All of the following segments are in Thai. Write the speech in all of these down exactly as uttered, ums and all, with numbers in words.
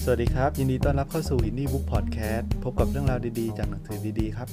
สวัสดีครับยินดีต้อนรับเข้าสู่ Indie Book Podcast พบกับเรื่องราวดีๆจากหนังสือดีๆครับ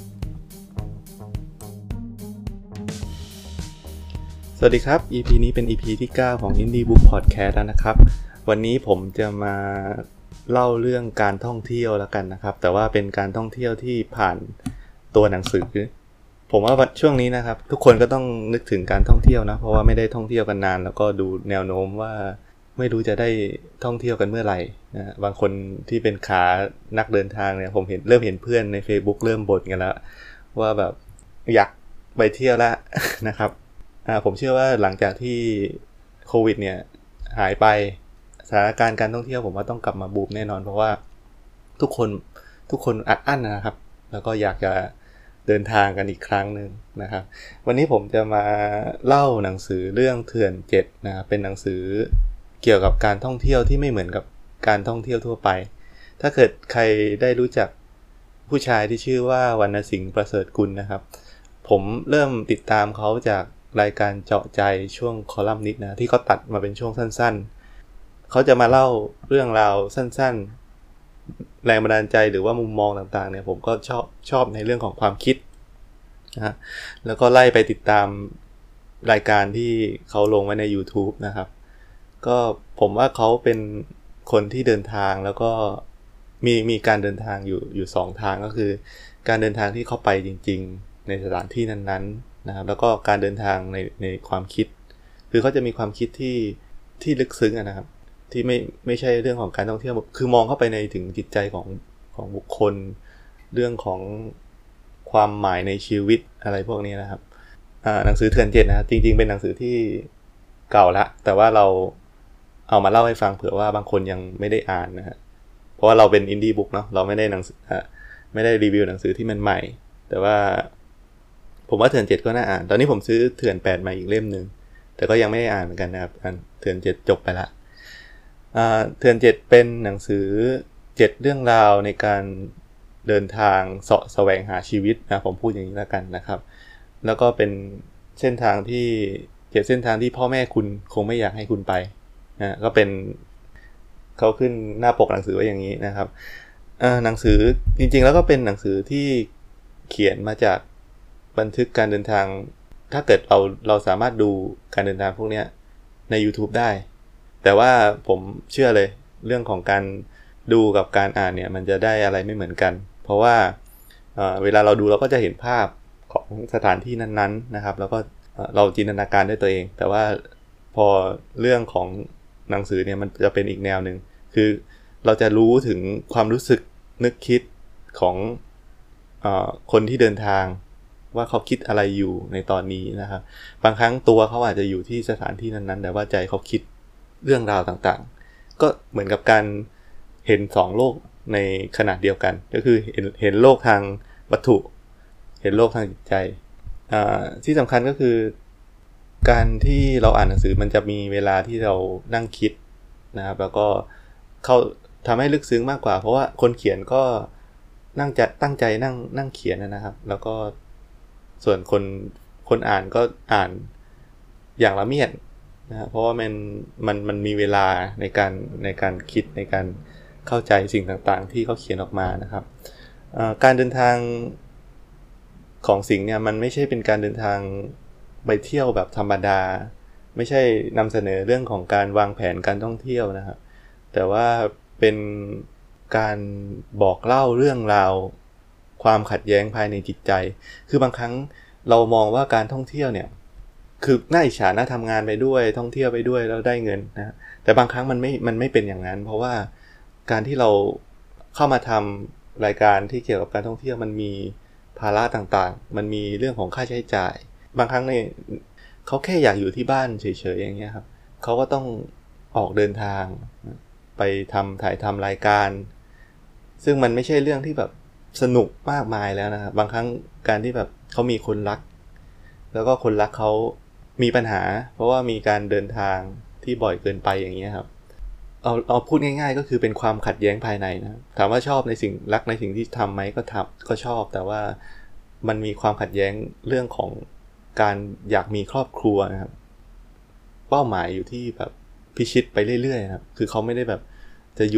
สวัสดีครับ อี พี นี้เป็น อี พี ที่เก้าของ Indie Book Podcast แล้วนะครับวันนี้ผมจะมาเล่าเรื่องการท่องเที่ยวแล้วกันนะครับแต่ว่าเป็นการท่องเที่ยวที่ผ่านตัวหนังสือผมว่าช่วงนี้นะครับทุกคนก็ต้องนึกถึงการท่องเที่ยวนะเพราะว่าไม่ได้ท่องเที่ยวกันนานแล้วก็ดูแนวโน้มว่าไม่รู้จะได้ท่องเที่ยวกันเมื่อไหร่นะบางคนที่เป็นขานักเดินทางเนี่ยผมเห็นเริ่มเห็นเพื่อนใน Facebook เริ่มบ่นกันแล้วว่าแบบอยากไปเที่ยวแล้วนะครับอ่าผมเชื่อว่าหลังจากที่โควิดเนี่ยหายไปสถานการณ์การท่องเที่ยวผมว่าต้องกลับมาบูมแน่นอนเพราะว่าทุกคนทุกคนอัดอั้นนะครับแล้วก็อยากจะเดินทางกันอีกครั้งนึงนะครับวันนี้ผมจะมาเล่าหนังสือเรื่องเถื่อนเจ็ดนะครับเป็นหนังสือเกี่ยวกับการท่องเที่ยวที่ไม่เหมือนกับการท่องเที่ยวทั่วไปถ้าเกิดใครได้รู้จักผู้ชายที่ชื่อว่าวรรณสิงห์ประเสริฐกุลนะครับผมเริ่มติดตามเขาจากรายการเจาะใจช่วงคอลัมนิสต์นะที่เขาตัดมาเป็นช่วงสั้นๆเขาจะมาเล่าเรื่องราวสั้นๆแรงบันดาลใจหรือว่ามุมมองต่างๆเนี่ยผมก็ชอบชอบในเรื่องของความคิดนะแล้วก็ไล่ไปติดตามรายการที่เขาลงไว้ใน YouTube นะครับก็ผมว่าเขาเป็นคนที่เดินทางแล้วก็มีมีการเดินทางอยู่อยู่สองทางก็คือการเดินทางที่เข้าไปจริงๆในสถานที่นั้นๆนะครับแล้วก็การเดินทางในในความคิดคือเขาจะมีความคิดที่ที่ลึกซึ้งนะครับที่ไม่ไม่ใช่เรื่องของการท่องเที่ยวคือมองเข้าไปในถึงจิตใจของของบุคคลเรื่องของความหมายในชีวิตอะไรพวกนี้นะครับอ่าหนังสือเถื่อนเจ็ดนะจริงๆเป็นหนังสือที่เก่าละแต่ว่าเราเอามาเล่าให้ฟังเผื่อว่าบางคนยังไม่ได้อ่านนะฮะเพราะว่าเราเป็นอินดี้บุ๊กเนาะเราไม่ได้หนังสือไม่ได้รีวิวหนังสือที่มันใหม่แต่ว่าผมว่าเถื่อนเจ็ดก็น่าอ่านตอนนี้ผมซื้อเถื่อนแปดมาอีกเล่มนึงแต่ก็ยังไม่ได้อ่านเหมือนกันนะครับอันเถื่อนเจ็ดจบไปละอ่าเถื่อนเจ็ดเป็นหนังสือเจ็ดเรื่องราวในการเดินทางเสาะแสวงหาชีวิตนะผมพูดอย่างนี้แล้วกันนะครับแล้วก็เป็นเส้นทางที่เจ็ดเส้นทางที่พ่อแม่คุณคงไม่อยากให้คุณไปนะก็เป็นเขาขึ้นหน้าปกหนังสือไว้อย่างนี้นะครับหนังสือจริงๆแล้วก็เป็นหนังสือที่เขียนมาจากบันทึกการเดินทางถ้าเกิดเราเราสามารถดูการเดินทางพวกนี้ใน YouTube ได้แต่ว่าผมเชื่อเลยเรื่องของการดูกับการอ่านเนี่ยมันจะได้อะไรไม่เหมือนกันเพราะว่าเอ่อเวลาเราดูเราก็จะเห็นภาพของสถานที่นั้นๆนะครับแล้วก็เราจินตนาการด้วยตัวเองแต่ว่าพอเรื่องของหนังสือเนี่ยมันจะเป็นอีกแนวนึงคือเราจะรู้ถึงความรู้สึกนึกคิดของเอ่อคนที่เดินทางว่าเขาคิดอะไรอยู่ในตอนนี้นะครับบางครั้งตัวเขาอาจจะอยู่ที่สถานที่นั้นๆแต่ว่าใจเขาคิดเรื่องราวต่างๆก็เหมือนกับการเห็นสองโลกในขณะเดียวกันก็คือเห็นเห็นโลกทางวัตถุเห็นโลกทางจิตใจอ่าที่สำคัญก็คือการที่เราอ่านหนังสือมันจะมีเวลาที่เรานั่งคิดนะครับแล้วก็เข้าทำให้ลึกซึ้งมากกว่าเพราะว่าคนเขียนก็นั่งจะตั้งใจนั่งนั่งเขียนนะครับแล้วก็ส่วนคนคนอ่านก็อ่านอย่างละเมียดนะเพราะว่ามันมันมันมีเวลาในการในการคิดในการเข้าใจสิ่งต่างๆที่เขาเขียนออกมานะครับการเดินทางของสิงห์เนี่ยมันไม่ใช่เป็นการเดินทางไปเที่ยวแบบธรรมดาไม่ใช่นำเสนอเรื่องของการวางแผนการท่องเที่ยวนะครับแต่ว่าเป็นการบอกเล่าเรื่องราวความขัดแย้งภายในจิตใจคือบางครั้งเรามองว่าการท่องเที่ยวเนี่ยคือน่าอิจฉาน่าทำงานไปด้วยท่องเที่ยวไปด้วยแล้วได้เงินนะแต่บางครั้งมันไม่มันไม่เป็นอย่างนั้นเพราะว่าการที่เราเข้ามาทำรายการที่เกี่ยวกับการท่องเที่ยวมันมีภาระต่างๆมันมีเรื่องของค่าใช้จ่ายบางครั้งเนี่ยเขาแค่อยากอยู่ที่บ้านเฉยๆอย่างเงี้ยครับเขาก็ต้องออกเดินทางไปทำถ่ายทำรายการซึ่งมันไม่ใช่เรื่องที่แบบสนุกมากมายแล้วนะครับบางครั้งการที่แบบเขามีคนรักแล้วก็คนรักเขามีปัญหาเพราะว่ามีการเดินทางที่บ่อยเกินไปอย่างเงี้ยครับเอาเอาพูดง่ายๆก็คือเป็นความขัดแย้งภายในนะถามว่าชอบในสิ่งรักในสิ่งที่ทำไหมก็ทำก็ชอบแต่ว่ามันมีความขัดแย้งเรื่องของการอยากมีครอบครัวนะครับเป้าหมายอยู่ที่แบบพิชิตไปเรื่อยๆครับคือเขาไม่ได้แบบจะหยุด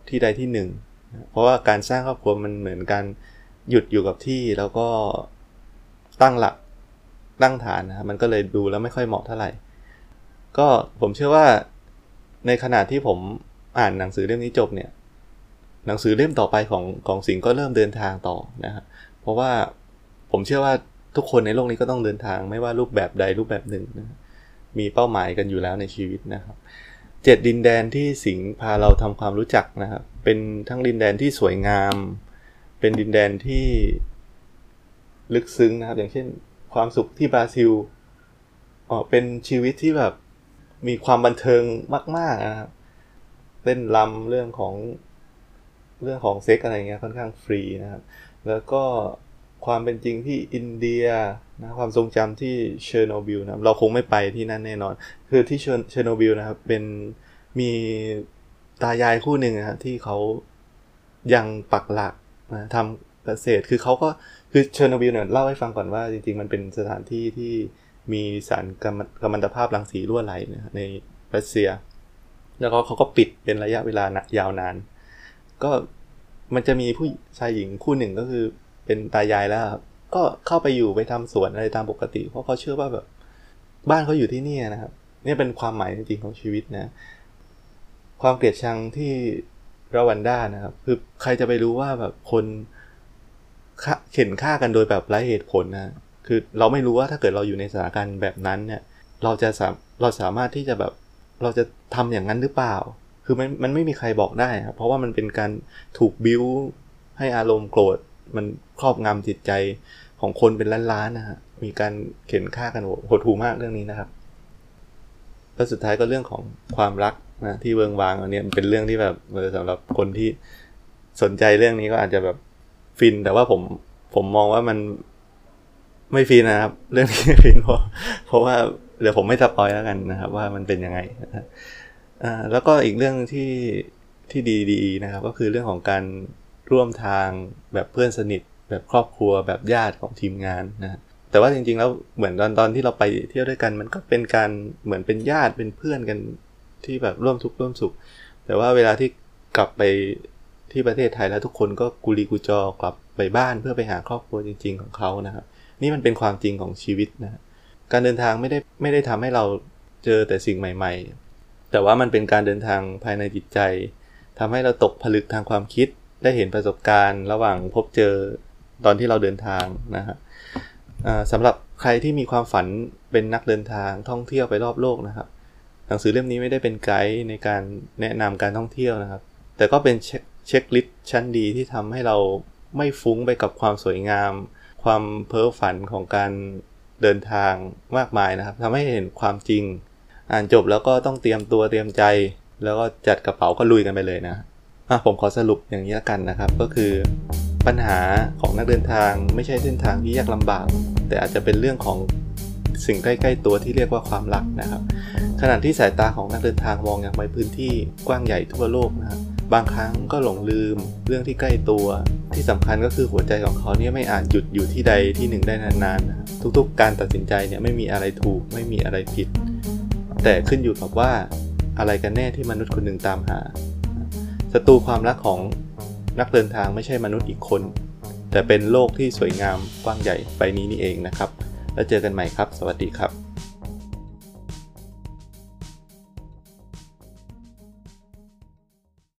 ที่ใดที่หนึ่งเพราะว่าการสร้างครอบครัวมันเหมือนการหยุดอยู่กับที่แล้วก็ตั้งหลักตั้งฐานนะครับมันก็เลยดูแล้วไม่ค่อยเหมาะเท่าไหร่ก็ผมเชื่อว่าในขณะที่ผมอ่านหนังสือเล่มนี้จบเนี่ยหนังสือเล่มต่อไปของของสิงห์ก็เริ่มเดินทางต่อนะครับเพราะว่าผมเชื่อว่าทุกคนในโลกนี้ก็ต้องเดินทางไม่ว่ารูปแบบใดรูปแบบหนึ่งนะมีเป้าหมายกันอยู่แล้วในชีวิตนะครับเจ็ดดินแดนที่สิงห์พาเราทำความรู้จักนะครับเป็นทั้งดินแดนที่สวยงามเป็นดินแดนที่ลึกซึ้งนะครับอย่างเช่นความสุขที่บราซิลอ๋อเป็นชีวิตที่แบบมีความบันเทิงมากๆนะครับเล่นรำเรื่องของเรื่องของเซ็กอะไรเงี้ยค่อนข้างฟรีนะครับแล้วก็ความเป็นจริงที่อินเดียนะความทรงจำที่เชอร์โนบิลนะเราคงไม่ไปที่นั่นแน่นอนคือที่เชอร์โนบิลนะครับเป็นมีตายายคู่หนึ่งนะที่เขายังปักหลักนะทำเกษตรคือเขาก็คือเชอร์โนบิลเนี่ยเล่าให้ฟังก่อนว่าจริงๆมันเป็นสถานที่ที่มีสารกัมมันตภาพรังสีรั่วไหลนะในรัสเซียแล้วก็เขาก็ปิดเป็นระยะเวลายาวนานก็มันจะมีผู้ชายหญิงคู่หนึ่งก็คือเป็นตายายแล้วครับก็เข้าไปอยู่ไปทำสวนอะไรตามปกติเพราะเขาเชื่อว่าแบบบ้านเขาอยู่ที่นี่นะครับนี่เป็นความหมายจริงๆของชีวิตนะความเกลียดชังที่รวันด้านะครับคือใครจะไปรู้ว่าแบบคนเข็นฆ่ากันโดยแบบไร้เหตุผลนะคือเราไม่รู้ว่าถ้าเกิดเราอยู่ในสถานการณ์แบบนั้นเนี่ยเราจะสามเราสามารถที่จะแบบเราจะทำอย่างนั้นหรือเปล่าคือมันมันไม่มีใครบอกได้ครับเพราะว่ามันเป็นการถูกบิ้วให้อารมณ์โกรธมันครอบงำจิตใจของคนเป็นล้านๆนะฮะมีการเข็นฆ่ากันโหดหู่มากเรื่องนี้นะครับแล้วสุดท้ายก็เรื่องของความรักนะที่เวิงวางอันนี้เป็นเรื่องที่แบบเออสำหรับคนที่สนใจเรื่องนี้ก็อาจจะแบบฟินแต่ว่าผมผมมองว่ามันไม่ฟินนะครับเรื่องนี้ฟินเพราะเพราะว่าเดี๋ยวผมไม่สปอยแล้วกันนะครับว่ามันเป็นยังไงนะอ่าแล้วก็อีกเรื่องที่ที่ดีๆนะครับก็คือเรื่องของการร่วมทางแบบเพื่อนสนิทแบบครอบครัวแบบญาติของทีมงานนะแต่ว่าจริงๆแล้วเหมือนตอนตอนที่เราไปเที่ยวด้วยกันมันก็เป็นการเหมือนเป็นญาติเป็นเพื่อนกันที่แบบร่วมทุกข์ร่วมสุขแต่ว่าเวลาที่กลับไปที่ประเทศไทยแล้วทุกคนก็กุลีกุจอกลับไปบ้านเพื่อไปหาครอบครัวจริงๆของเขานะครับนี่มันเป็นความจริงของชีวิตนะการเดินทางไม่ได้ไม่ได้ทำให้เราเจอแต่สิ่งใหม่ๆแต่ว่ามันเป็นการเดินทางภายในจิตใจทำให้เราตกผลึกทางความคิดได้เห็นประสบการณ์ระหว่างพบเจอตอนที่เราเดินทางนะครับสำหรับใครที่มีความฝันเป็นนักเดินทางท่องเที่ยวไปรอบโลกนะครับหนังสือเล่มนี้ไม่ได้เป็นไกด์ในการแนะนำการท่องเที่ยวนะครับแต่ก็เป็นเช็คลิสต์ชั้นดีที่ทำให้เราไม่ฟุ้งไปกับความสวยงามความเพ้อฝันของการเดินทางมากมายนะครับทำให้เห็นความจริงอ่านจบแล้วก็ต้องเตรียมตัวเตรียมใจแล้วก็จัดกระเป๋าก็ลุยกันไปเลยนะอ่ะผมขอสรุปอย่างนี้ละกันนะครับก็คือปัญหาของนักเดินทางไม่ใช่เส้นทางที่ยากลำบากแต่อาจจะเป็นเรื่องของสิ่งใกล้ๆตัวที่เรียกว่าความรักนะครับขณะที่สายตาของนักเดินทางมองอย่างไปพื้นที่กว้างใหญ่ทั่วโลกนะครับบางครั้งก็หลงลืมเรื่องที่ใกล้ตัวที่สำคัญก็คือหัวใจของเขาเนี่ยไม่อาจหยุดอยู่ที่ใดที่หนึ่งได้นานๆนะทุกๆการตัดสินใจเนี่ยไม่มีอะไรถูกไม่มีอะไรผิดแต่ขึ้นอยู่กับว่าอะไรกันแน่ที่มนุษย์คนหนึ่งตามหาศัตรูความรักของนักเดินทางไม่ใช่มนุษย์อีกคนแต่เป็นโลกที่สวยงามกว้างใหญ่ใบนี้นี่เองนะครับแล้วเจอกันใหม่ครับสวัสดีครับ